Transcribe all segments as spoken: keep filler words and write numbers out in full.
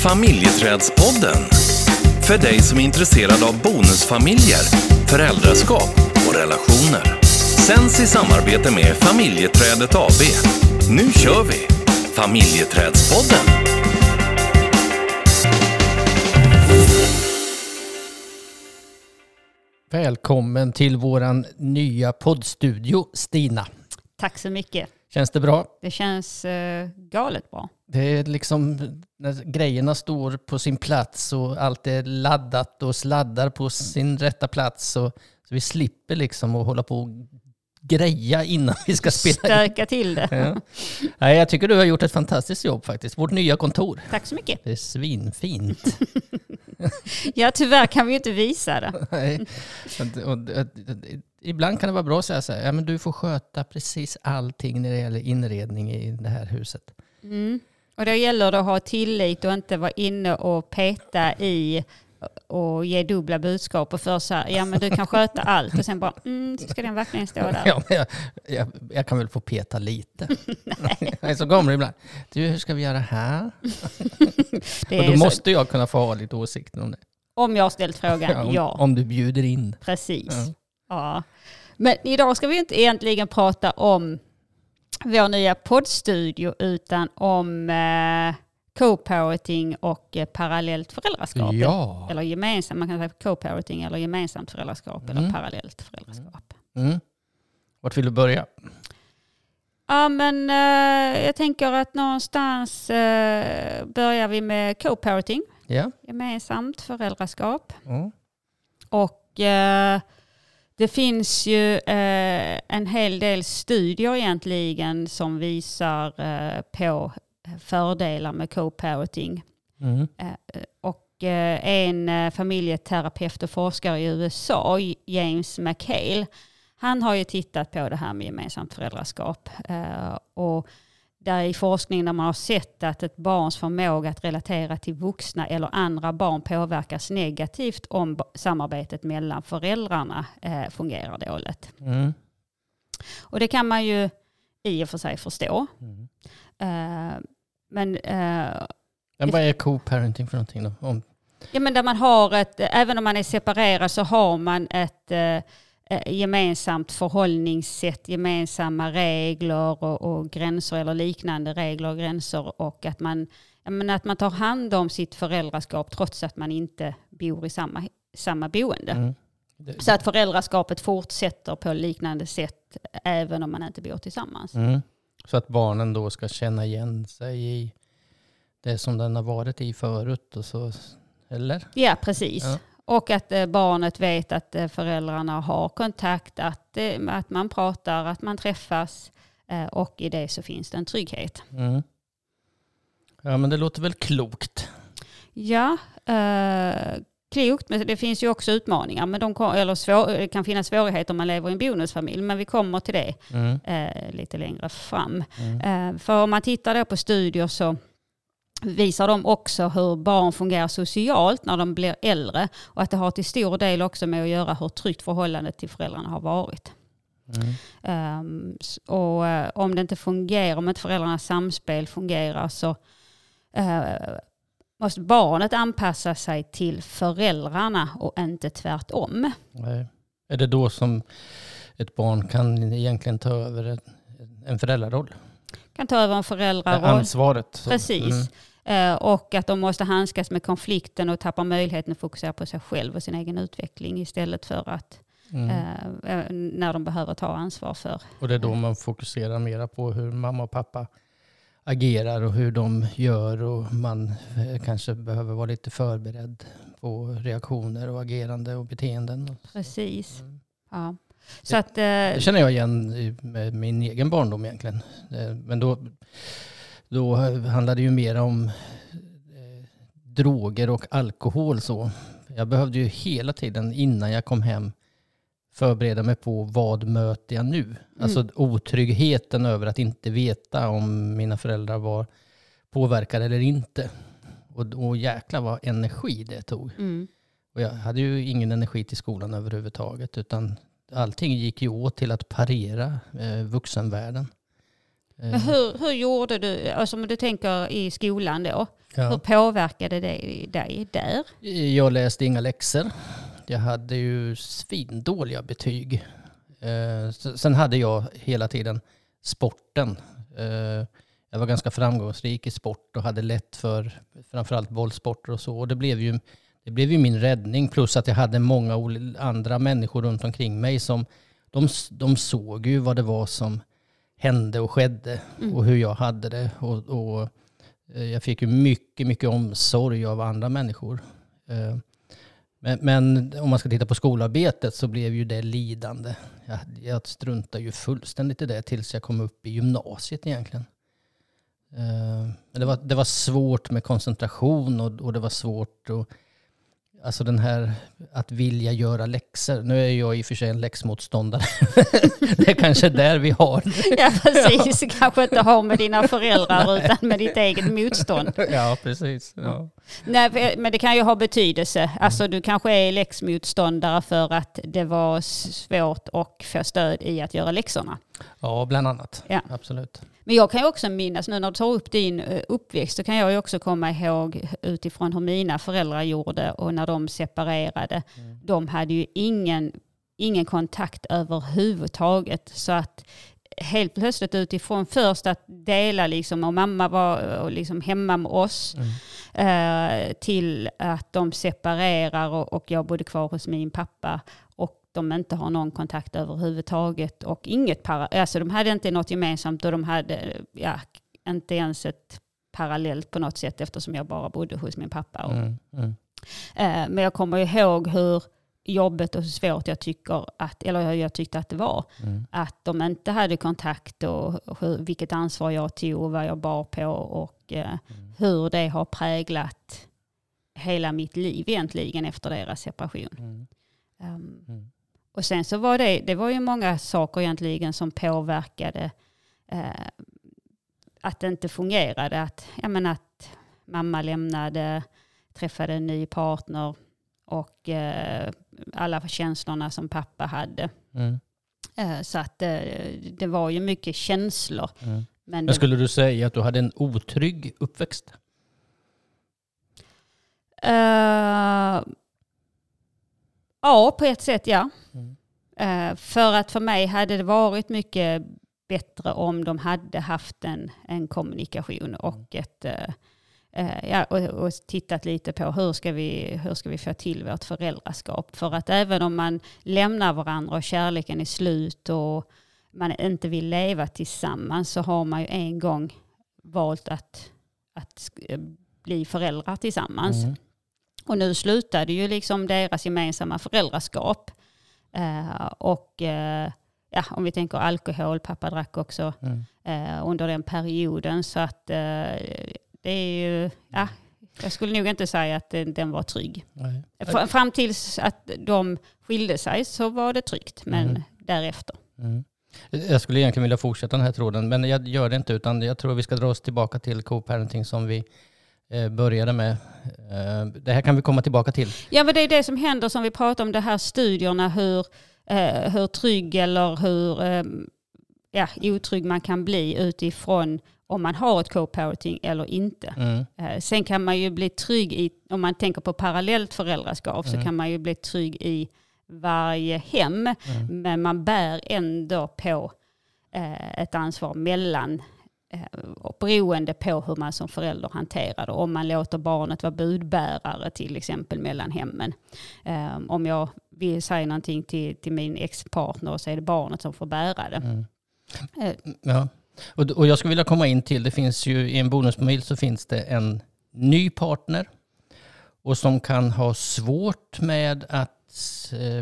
Familjeträdspodden. För dig som är intresserad av bonusfamiljer, föräldraskap och relationer. Sänds i samarbete med Familjeträdet A B. Nu kör vi! Familjeträdspodden. Välkommen till våran nya poddstudio, Stina. Tack så mycket. Känns det bra? Det känns uh, galet bra. Det är liksom när grejerna står på sin plats och allt är laddat och sladdar på sin rätta plats. Så, så vi slipper liksom att hålla på och greja innan vi ska spela. Stöka till det. Ja. Nej, jag tycker du har gjort ett fantastiskt jobb faktiskt. Vårt nya kontor. Tack så mycket. Det är svinfint. Ja, tyvärr kan vi ju inte visa det. Nej. Och, och, och, ibland kan det vara bra att säga så här, ja, men du får sköta precis allting när det gäller inredning i det här huset. Mm. Och då gäller det att ha tillit och inte vara inne och peta i och ge dubbla budskap och för så här, ja men du kan sköta allt och sen bara, mm, ska den verkligen stå där? Ja, men jag, jag, jag kan väl få peta lite. Nej. Jag är så gammal ibland. Du, hur ska vi göra här? Det och då måste så... jag kunna få ha lite åsikter om det. Om jag har ställt frågan, ja. Om, ja. om du bjuder in. Precis. Ja. Ja. Men idag ska vi inte egentligen prata om vår nya poddstudio utan om eh, co-parenting och eh, parallellt föräldraskap. Ja. Eller gemensamt, man kan säga co-parenting eller gemensamt föräldraskap mm. eller parallellt föräldraskap. Mm. Vart vill du börja? Ja, men eh, jag tänker att någonstans eh, börjar vi med co-parenting. Ja. Gemensamt föräldraskap. Mm. Och eh, det finns ju eh, en hel del studier egentligen som visar eh, på fördelar med co-parenting. Mm. Eh, och eh, en eh, familjeterapeut och forskare i U S A, James McHale, han har ju tittat på det här med gemensamt föräldraskap. Eh, och där i forskning där man har sett att ett barns förmåga att relatera till vuxna eller andra barn påverkas negativt om samarbetet mellan föräldrarna eh, fungerar dåligt. Mm. Och det kan man ju i och för sig förstå. Mm. Uh, men, uh, men vad är co-parenting för någonting då? Om... Ja, men där man har ett, även om man är separerad så har man ett uh, gemensamt förhållningssätt, gemensamma regler och, och gränser eller liknande regler och gränser och att man, jag menar, att man tar hand om sitt föräldraskap trots att man inte bor i samma, samma boende. Mm. Det, så att föräldraskapet fortsätter på liknande sätt även om man inte bor tillsammans. Mm. Så att barnen då ska känna igen sig i det som den har varit i förut och så, eller? Ja, precis. Ja. Och att eh, barnet vet att eh, föräldrarna har kontakt, att, eh, att man pratar, att man träffas eh, och i det så finns det en trygghet. Mm. Ja, men det låter väl klokt. Ja, eh, klokt, men det finns ju också utmaningar. Men de kom, eller svår, det kan finnas svårigheter om man lever i en bonusfamilj, men vi kommer till det mm. eh, lite längre fram. Mm. Eh, för om man tittar då på studier så visar de också hur barn fungerar socialt när de blir äldre och att det har till stor del också med att göra hur tryggt förhållandet till föräldrarna har varit. Mm. Um, och uh, om det inte fungerar, om inte föräldrarnas samspel fungerar så uh, måste barnet anpassa sig till föräldrarna och inte tvärtom. Nej. Är det då som ett barn kan egentligen ta över en, en föräldraroll? Kan ta över en föräldraroll. Ansvaret. Så. Precis. Mm. Uh, och att de måste handskas med konflikten och tappa möjligheten att fokusera på sig själv och sin egen utveckling istället för att mm. uh, när de behöver ta ansvar för. Och det är då man fokuserar mera på hur mamma och pappa agerar och hur de gör och man kanske behöver vara lite förberedd på reaktioner och agerande och beteenden. Precis. Mm. Ja. Så det, att, uh, det känner jag igen med min egen barndom egentligen. Men då Då handlade det ju mer om eh, droger och alkohol. Så. Jag behövde ju hela tiden innan jag kom hem förbereda mig på vad möter jag nu. Mm. Alltså otryggheten över att inte veta om mina föräldrar var påverkade eller inte. Och, och jäkla vad energi det tog. Mm. Och jag hade ju ingen energi till skolan överhuvudtaget utan allting gick ju åt till att parera eh, vuxenvärlden. Men hur, hur gjorde du, alltså om du tänker i skolan då, Ja. Hur påverkade det dig där? Jag läste inga läxor. Jag hade ju svindåliga betyg. Eh, sen hade jag hela tiden sporten. Eh, jag var ganska framgångsrik i sport och hade lätt för framförallt bollsporter och så. Och det blev ju, det blev ju min räddning. Plus att jag hade många andra människor runt omkring mig som de, de såg ju vad det var som hände och skedde mm. och hur jag hade det. Och, och jag fick ju mycket, mycket omsorg av andra människor. Eh, Men, men om man ska titta på skolarbetet så blev ju det lidande. Jag, jag struntade ju fullständigt i det tills jag kom upp i gymnasiet egentligen. Uh, det, var, det var svårt med koncentration och, och det var svårt att, alltså den här att vilja göra läxor. Nu är jag i och för sig en läxmotståndare. Det är kanske där vi har det. Ja, precis. Kanske inte har med dina föräldrar utan med ditt eget motstånd. Ja, precis. Ja. Nej, men det kan ju ha betydelse. Alltså du kanske är läxmotståndare för att det var svårt att få stöd i att göra läxorna. Ja, bland annat. Ja. Absolut. Men jag kan ju också minnas, nu när du tar upp din uppväxt, så kan jag ju också komma ihåg utifrån hur mina föräldrar gjorde och när de separerade. Mm. De hade ju ingen, ingen kontakt överhuvudtaget. Så att helt plötsligt utifrån först att dela liksom, och mamma var liksom hemma med oss mm. eh, till att de separerar och, och jag bodde kvar hos min pappa och de inte har någon kontakt överhuvudtaget och inget para, alltså de hade inte något gemensamt och de hade ja, inte ens ett parallellt på något sätt eftersom jag bara bodde hos min pappa. Och, mm, mm. Eh, men jag kommer ihåg hur jobbet och svårt jag tycker att, eller jag tyckte att det var mm. att de inte hade kontakt och, och hur, vilket ansvar jag tog och vad jag bar på och eh, mm. hur det har präglat hela mitt liv egentligen efter deras separation. Mm. Um, mm. Och sen så var det, det var ju många saker egentligen som påverkade eh, att det inte fungerade. Att, jag menar, att mamma lämnade, träffade en ny partner och eh, alla känslorna som pappa hade. Mm. Eh, så att eh, det var ju mycket känslor. Mm. Men det, skulle du säga att du hade en otrygg uppväxt? Uh, Ja, på ett sätt ja. Mm. Uh, för att för mig hade det varit mycket bättre om de hade haft en, en kommunikation och, ett, uh, uh, ja, och, och tittat lite på hur ska, vi, hur ska vi få till vårt föräldraskap. För att även om man lämnar varandra och kärleken är slut och man inte vill leva tillsammans så har man ju en gång valt att, att bli föräldrar tillsammans. Mm. Och nu slutade ju liksom deras gemensamma föräldraskap. Uh, och uh, ja, om vi tänker alkohol, pappa drack också mm. uh, under den perioden. Så att uh, det är ju, ja, jag skulle nog inte säga att den, den var trygg. Nej. Fr- fram tills att de skilde sig så var det tryggt, men mm. därefter. Mm. Jag skulle egentligen vilja fortsätta den här tråden, men jag gör det inte utan jag tror vi ska dra oss tillbaka till co-parenting som vi började med. Det här kan vi komma tillbaka till. Ja, men det är det som händer som vi pratar om, de här studierna, hur, eh, hur trygg eller hur eh, ja, otrygg man kan bli utifrån om man har ett co-parenting eller inte. Mm. Eh, sen kan man ju bli trygg i, om man tänker på parallellt föräldraskap mm. så kan man ju bli trygg i varje hem, mm. men man bär ändå på eh, ett ansvar mellan och beroende på hur man som förälder hanterar det. Om man låter barnet vara budbärare till exempel mellan hemmen. Um, om jag vill säga någonting till, till min ex-partner så är det barnet som får bära det. Mm. Uh. Ja. Och, och jag skulle vilja komma in till, det finns ju i en bonusfamilj så finns det en ny partner och som kan ha svårt med att eh,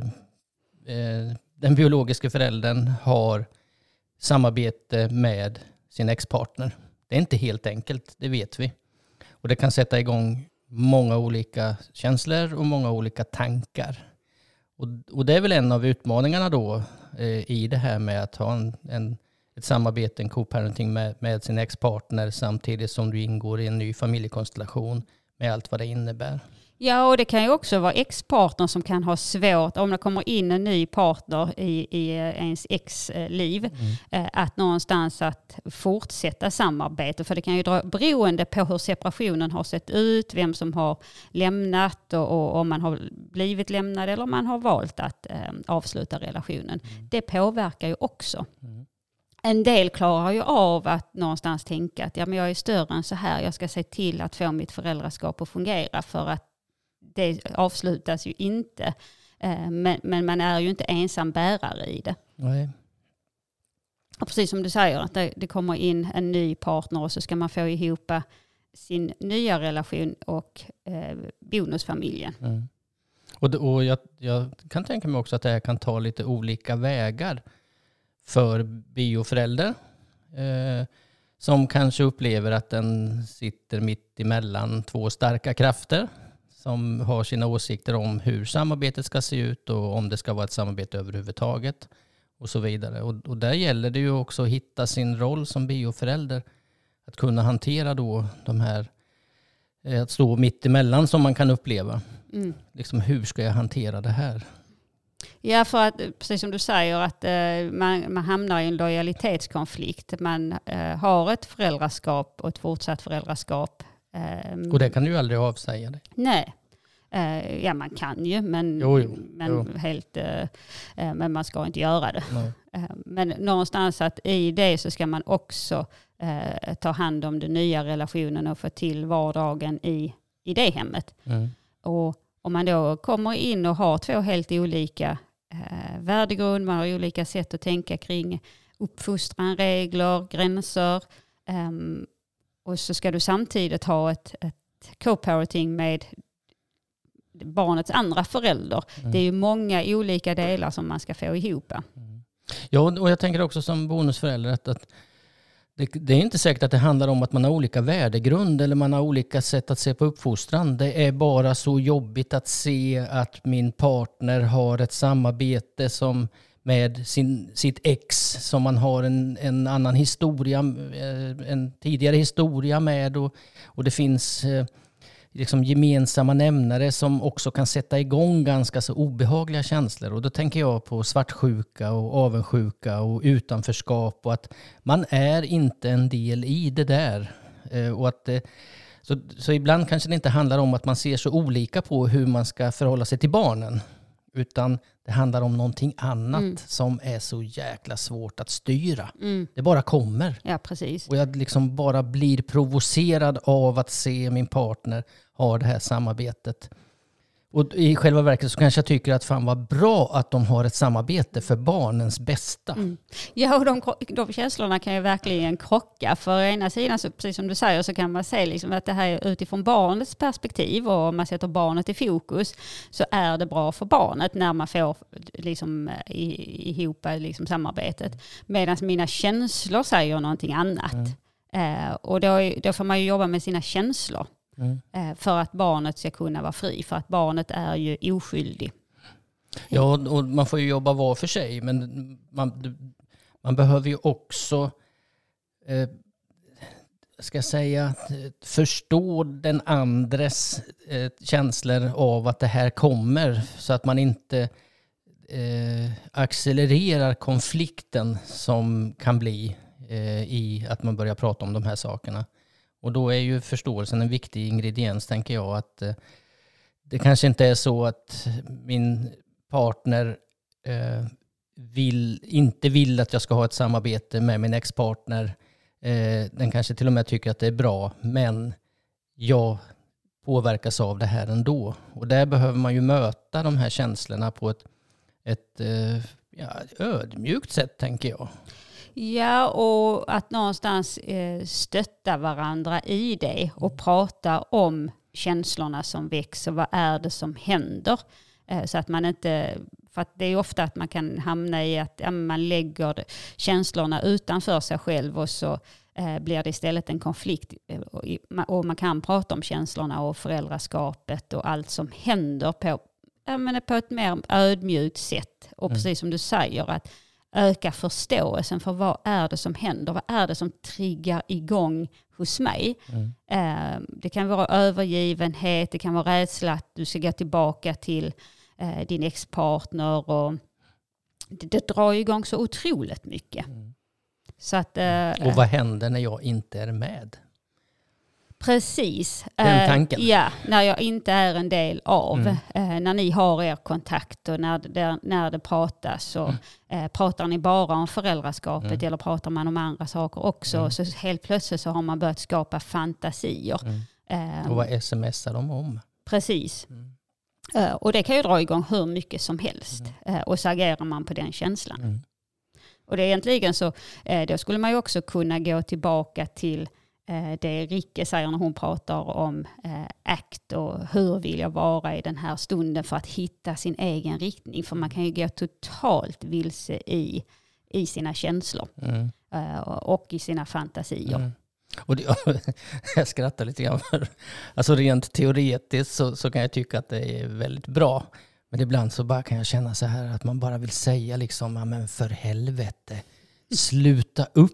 eh, den biologiska föräldern har samarbete med sin ex-partner. Det är inte helt enkelt, det vet vi. Och det kan sätta igång många olika känslor och många olika tankar. Och, och det är väl en av utmaningarna då eh, i det här med att ha en, en, ett samarbete, en co-parenting med, med sin ex-partner samtidigt som du ingår i en ny familjekonstellation med allt vad det innebär. Ja, och det kan ju också vara ex-partner som kan ha svårt, om det kommer in en ny partner i, i ens ex-liv, mm. att någonstans att fortsätta samarbete. För det kan ju dra, beroende på hur separationen har sett ut, vem som har lämnat och, och om man har blivit lämnad eller om man har valt att eh, avsluta relationen. Mm. Det påverkar ju också. Mm. En del klarar ju av att någonstans tänka att ja, men jag är större än så här. Jag ska se till att få mitt föräldraskap att fungera, för att det avslutas ju inte. Men, men man är ju inte ensam bärare i det. Nej. Och precis som du säger, att det, det kommer in en ny partner och så ska man få ihop sin nya relation och eh, bonusfamiljen. Mm. Och, och jag, jag kan tänka mig också att det här kan ta lite olika vägar för bioföräldrar eh, som kanske upplever att den sitter mitt emellan två starka krafter som har sina åsikter om hur samarbetet ska se ut och om det ska vara ett samarbete överhuvudtaget och så vidare. Och, och där gäller det ju också att hitta sin roll som bioförälder, att kunna hantera då de här, eh, att stå mitt emellan som man kan uppleva. Mm. Liksom, hur ska jag hantera det här? Ja, för att precis som du säger att eh, man, man hamnar i en lojalitetskonflikt. Man eh, har ett föräldraskap och ett fortsatt föräldraskap. Eh, och det kan du ju aldrig avsäga dig. Nej. Eh, ja, man kan ju, men, jo, jo, men, jo. Helt, eh, men man ska inte göra det. Eh, men någonstans att i det så ska man också eh, ta hand om den nya relationen och få till vardagen i, i det hemmet. Mm. Och om man då kommer in och har två helt olika eh, värdegrund, man har olika sätt att tänka kring uppfostran, regler, gränser. Eh, och så ska du samtidigt ha ett, ett co-parenting med barnets andra förälder. Mm. Det är ju många olika delar som man ska få ihop. Mm. Ja, och jag tänker också som bonusförälder att, att det, det är inte säkert att det handlar om att man har olika värdegrund eller man har olika sätt att se på uppfostran. Det är bara så jobbigt att se att min partner har ett samarbete som med sin, sitt ex som man har en, en annan historia, en tidigare historia med, och, och det finns liksom gemensamma nämnare som också kan sätta igång ganska så obehagliga känslor. Och då tänker jag på svartsjuka och avundsjuka och utanförskap och att man är inte en del i det där. Och att, så, så ibland kanske det inte handlar om att man ser så olika på hur man ska förhålla sig till barnen, utan det handlar om någonting annat mm. som är så jäkla svårt att styra. Mm. Det bara kommer. Ja, precis. Och jag liksom bara blir provocerad av att se min partner ha det här samarbetet. Och i själva verket så kanske jag tycker att fan vad bra att de har ett samarbete för barnens bästa. Mm. Ja, och de, de känslorna kan ju verkligen krocka. För ena sidan, så, precis som du säger, så kan man se liksom att det här är utifrån barnets perspektiv, och om man sätter barnet i fokus så är det bra för barnet när man får liksom, i, ihop liksom, samarbetet. Medan mina känslor säger någonting annat. Mm. Eh, och då, då får man ju jobba med sina känslor. Mm. För att barnet ska kunna vara fri. För att barnet är ju oskyldig. Ja, och man får ju jobba var för sig. Men man, man behöver ju också eh, ska jag säga, förstå den andres eh, känslor av att det här kommer. Så att man inte eh, accelererar konflikten som kan bli eh, i att man börjar prata om de här sakerna. Och då är ju förståelsen en viktig ingrediens, tänker jag. Att eh, det kanske inte är så att min partner eh, vill, inte vill att jag ska ha ett samarbete med min ex-partner. Eh, den kanske till och med tycker att det är bra, men jag påverkas av det här ändå. Och där behöver man ju möta de här känslorna på ett, ett eh, ja, ödmjukt sätt, tänker jag. Ja, och att någonstans eh, stötta varandra i det och prata om känslorna som växer. Vad är det som händer? Eh, så att man inte, för att det är ofta att man kan hamna i att ja, man lägger känslorna utanför sig själv och så eh, blir det istället en konflikt. Och, och man kan prata om känslorna och föräldraskapet och allt som händer på, ja, men på ett mer ödmjukt sätt. Och precis mm. som du säger, att öka förståelsen för vad är det som händer, vad är det som triggar igång hos mig. Mm. Eh, det kan vara övergivenhet, det kan vara rädsla att du ska gå tillbaka till eh, din ex-partner. Och det, det drar igång så otroligt mycket. Mm. Så att, eh, och vad händer när jag inte är med? Precis. Den tanken. Eh, ja, när jag inte är en del av. Mm. Eh, när ni har er kontakt och när det, när det pratas så Mm. eh, pratar ni bara om föräldraskapet Mm. eller pratar man om andra saker också. Mm. Så helt plötsligt så har man börjat skapa fantasier. Mm. Eh, Och vad smsar de om? Precis. Mm. Eh, och det kan ju dra igång hur mycket som helst. Mm. Eh, och så agerar man på den känslan. Mm. Och det är egentligen så, eh, då skulle man ju också kunna gå tillbaka till det Rikke säger när hon pratar om eh, akt och hur vill jag vara i den här stunden för att hitta sin egen riktning. För man kan ju gå totalt vilse i, i sina känslor Mm. eh, och i sina fantasier. Mm. Och det, jag skrattar lite grann. För, alltså rent teoretiskt så, så kan jag tycka att det är väldigt bra. Men ibland så bara kan jag känna så här att man bara vill säga liksom, ja, men för helvete, sluta upp.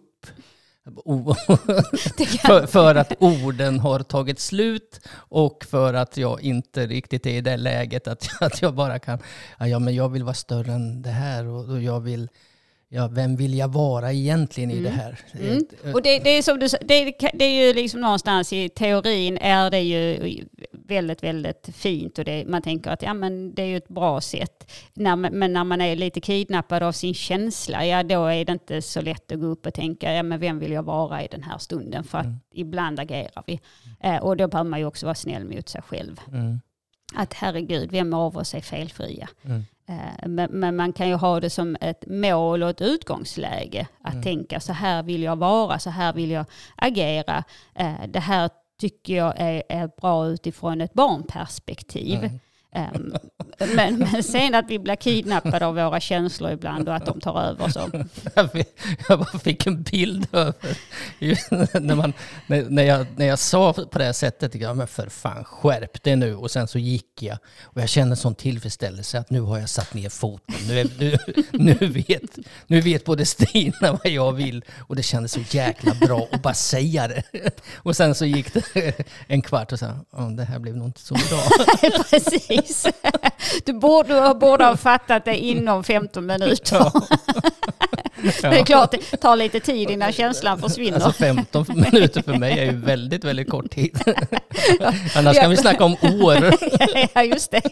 för, för att orden har tagit slut och för att jag inte riktigt är i det läget att, att jag bara kan, ja men jag vill vara större än det här och, och jag vill, ja, vem vill jag vara egentligen i mm. det här? Mm. Och det, det är som du det, det är ju liksom någonstans i teorin är det ju väldigt, väldigt fint och det, man tänker att ja, men det är ju ett bra sätt. När, men när man är lite kidnappad av sin känsla, ja då är det inte så lätt att gå upp och tänka, ja men vem vill jag vara i den här stunden? För att mm. ibland agerar vi. Eh, och då behöver man ju också vara snäll mot sig själv. Mm. Att herregud, vem av oss är felfria? Mm. Men, men man kan ju ha det som ett mål och ett utgångsläge. Att mm. tänka så här vill jag vara, så här vill jag agera. Det här tycker jag är, är bra utifrån ett barnperspektiv. Mm. Um, men, men sen att vi blir kidnappade av våra känslor ibland och att de tar över så. Jag bara fick en bild över när, man, när, när, jag, när jag sa på det här sättet, jag men för fan skärp det nu, och sen så gick jag och jag kände sån tillfredsställelse att nu har jag satt ner foten. Nu, är, nu, nu, vet, nu vet både Stina vad jag vill och det kändes så jäkla bra att bara säga det. Och sen så gick det en kvart och så oh, det här blev nog inte så bra. Precis. Du borde, du borde ha fattat det inom femton minuter. Ja. Ja. Det är klart, det tar lite tid innan känslan försvinner. Alltså femton minuter för mig är ju väldigt, väldigt kort tid. Annars kan vi snacka om år. Ja, just det.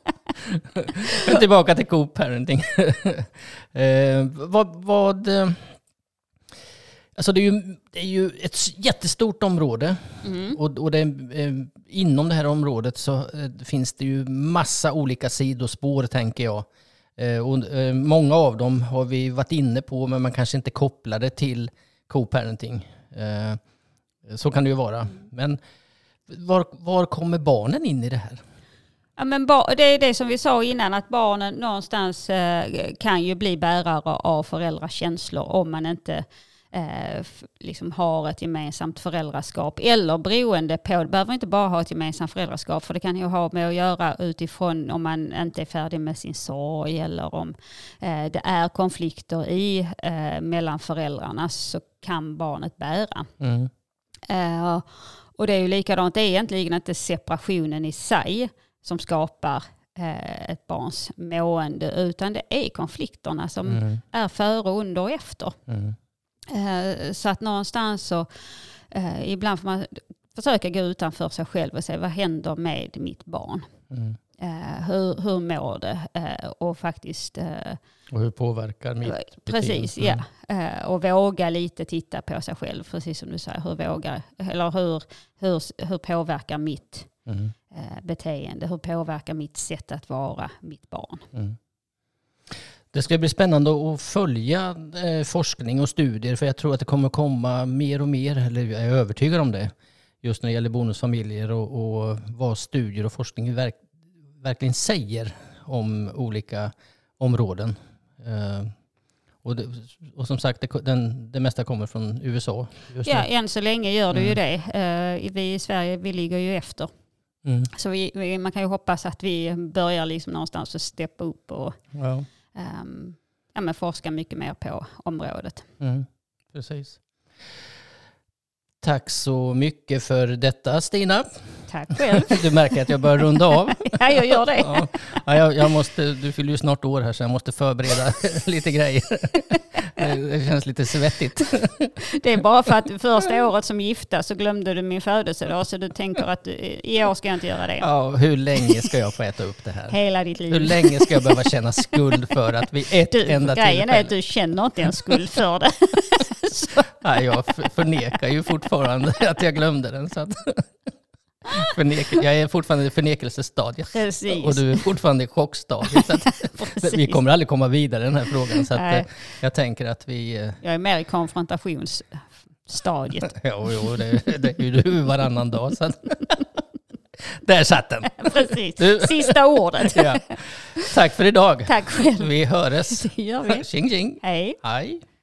Tillbaka till co-parenting. eh, vad... vad Alltså det är ju, det är ju ett jättestort område mm. och, och det, eh, inom det här området så eh, finns det ju massa olika sidospår tänker jag. Eh, och, eh, många av dem har vi varit inne på men man kanske inte kopplar det till co-parenting. Eh, så kan det ju vara. Men var, var kommer barnen in i det här? Ja, men ba- det är det som vi sa innan, att barnen någonstans eh, kan ju bli bärare av föräldrars känslor om man inte Eh, liksom har ett gemensamt föräldraskap eller beroende på, det behöver inte bara ha ett gemensamt föräldraskap för det kan ju ha med att göra utifrån om man inte är färdig med sin sorg eller om eh, det är konflikter i eh, mellan föräldrarna så kan barnet bära. Mm. Eh, och det är ju likadant, det är egentligen inte separationen i sig som skapar eh, ett barns mående utan det är konflikterna som mm. är före, under och efter. Mm. Så att någonstans så eh, ibland får man försöka gå utanför sig själv och se vad händer med mitt barn. Mm. Eh, hur, hur mår det? Eh, och faktiskt... Eh, och hur påverkar mitt precis, beteende? Ja. Eh, och våga lite titta på sig själv, precis som du säger. Hur, vågar, eller hur, hur, hur påverkar mitt mm. eh, beteende? Hur påverkar mitt sätt att vara mitt barn? Mm. Det ska bli spännande att följa eh, forskning och studier för jag tror att det kommer komma mer och mer, eller jag är övertygad om det, just när det gäller bonusfamiljer och, och vad studier och forskning verk, verkligen säger om olika områden. Eh, och, det, och som sagt, det, den, det mesta kommer från U S A. Just ja, nu. Än så länge gör det mm. ju det. Eh, vi i Sverige, vi ligger ju efter. Mm. Så vi, vi, man kan ju hoppas att vi börjar liksom någonstans att steppa upp och... Ja. Um, ja, men forska mycket mer på området. Mm, precis. Tack så mycket för detta, Stina. Tack själv. Du märker att jag börjar runda av. Ja, jag gör det. Ja, ja, jag, jag måste, du fyller ju snart år här så jag måste förbereda lite grejer. Det känns lite svettigt. Det är bara för att första året som gifta så glömde du min födelsedag, så du tänker att du, i år ska jag inte göra det. Ja, hur länge ska jag få äta upp det här? Hela ditt liv. Hur länge ska jag behöva känna skuld för att vi ett du, enda grejen tillfälle... är att du känner inte en skuld för det. Nej, jag förnekar ju fortfarande att jag glömde den. Så att... Förnek- jag är fortfarande i förnekelsestadiet. Precis. Och du är fortfarande i chockstadiet. Så att vi kommer aldrig komma vidare i den här frågan. Så att, jag tänker att vi... Jag är mer i konfrontationsstadiet. jo, jo det, det är ju du varannan dag. Så att... Där satt den. Precis. Du... Sista ordet. Ja. Tack för idag. Tack själv. Vi hörs. Det gör vi. Tjing, tjing. Hej. Hej.